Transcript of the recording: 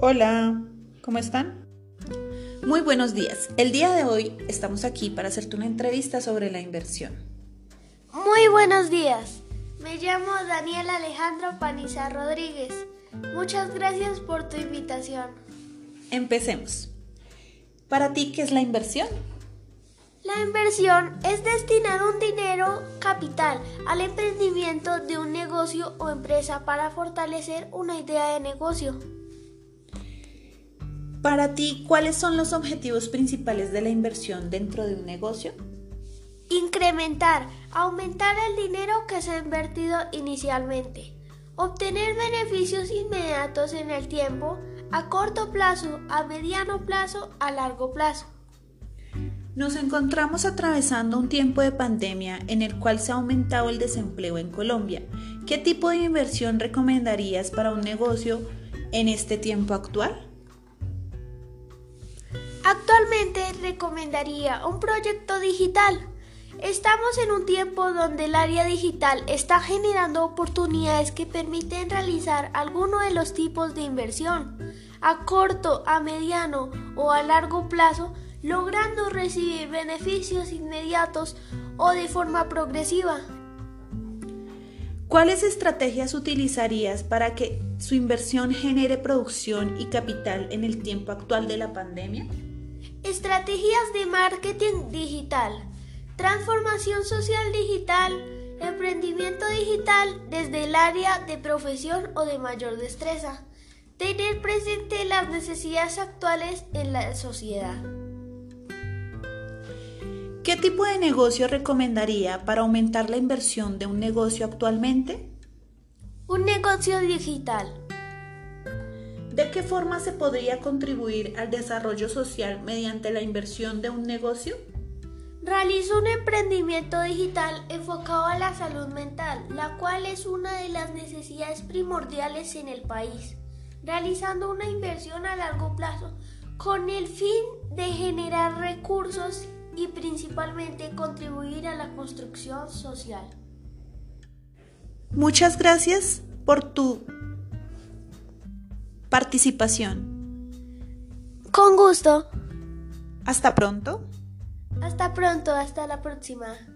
Hola, ¿cómo están? Muy buenos días. El día de hoy estamos aquí para hacerte una entrevista sobre la inversión. Muy buenos días. Me llamo Daniel Alejandro Paniza Rodríguez. Muchas gracias por tu invitación. Empecemos. ¿Para ti qué es la inversión? La inversión es destinar un dinero capital al emprendimiento de un negocio o empresa para fortalecer una idea de negocio. Para ti, ¿cuáles son los objetivos principales de la inversión dentro de un negocio? Aumentar el dinero que se ha invertido inicialmente. Obtener beneficios inmediatos en el tiempo, a corto plazo, a mediano plazo, a largo plazo. Nos encontramos atravesando un tiempo de pandemia en el cual se ha aumentado el desempleo en Colombia. ¿Qué tipo de inversión recomendarías para un negocio en este tiempo actual? Actualmente recomendaría un proyecto digital. Estamos en un tiempo donde el área digital está generando oportunidades que permiten realizar alguno de los tipos de inversión, a corto, a mediano o a largo plazo, logrando recibir beneficios inmediatos o de forma progresiva. ¿Cuáles estrategias utilizarías para que su inversión genere producción y capital en el tiempo actual de la pandemia? Estrategias de marketing digital, transformación social digital, emprendimiento digital desde el área de profesión o de mayor destreza. Tener presente las necesidades actuales en la sociedad. ¿Qué tipo de negocio recomendaría para aumentar la inversión de un negocio actualmente? Un negocio digital. ¿De qué forma se podría contribuir al desarrollo social mediante la inversión de un negocio? Realizo un emprendimiento digital enfocado a la salud mental, la cual es una de las necesidades primordiales en el país, realizando una inversión a largo plazo con el fin de generar recursos y principalmente contribuir a la construcción social. Muchas gracias por tu participación. Con gusto. Hasta pronto. Hasta pronto, hasta la próxima.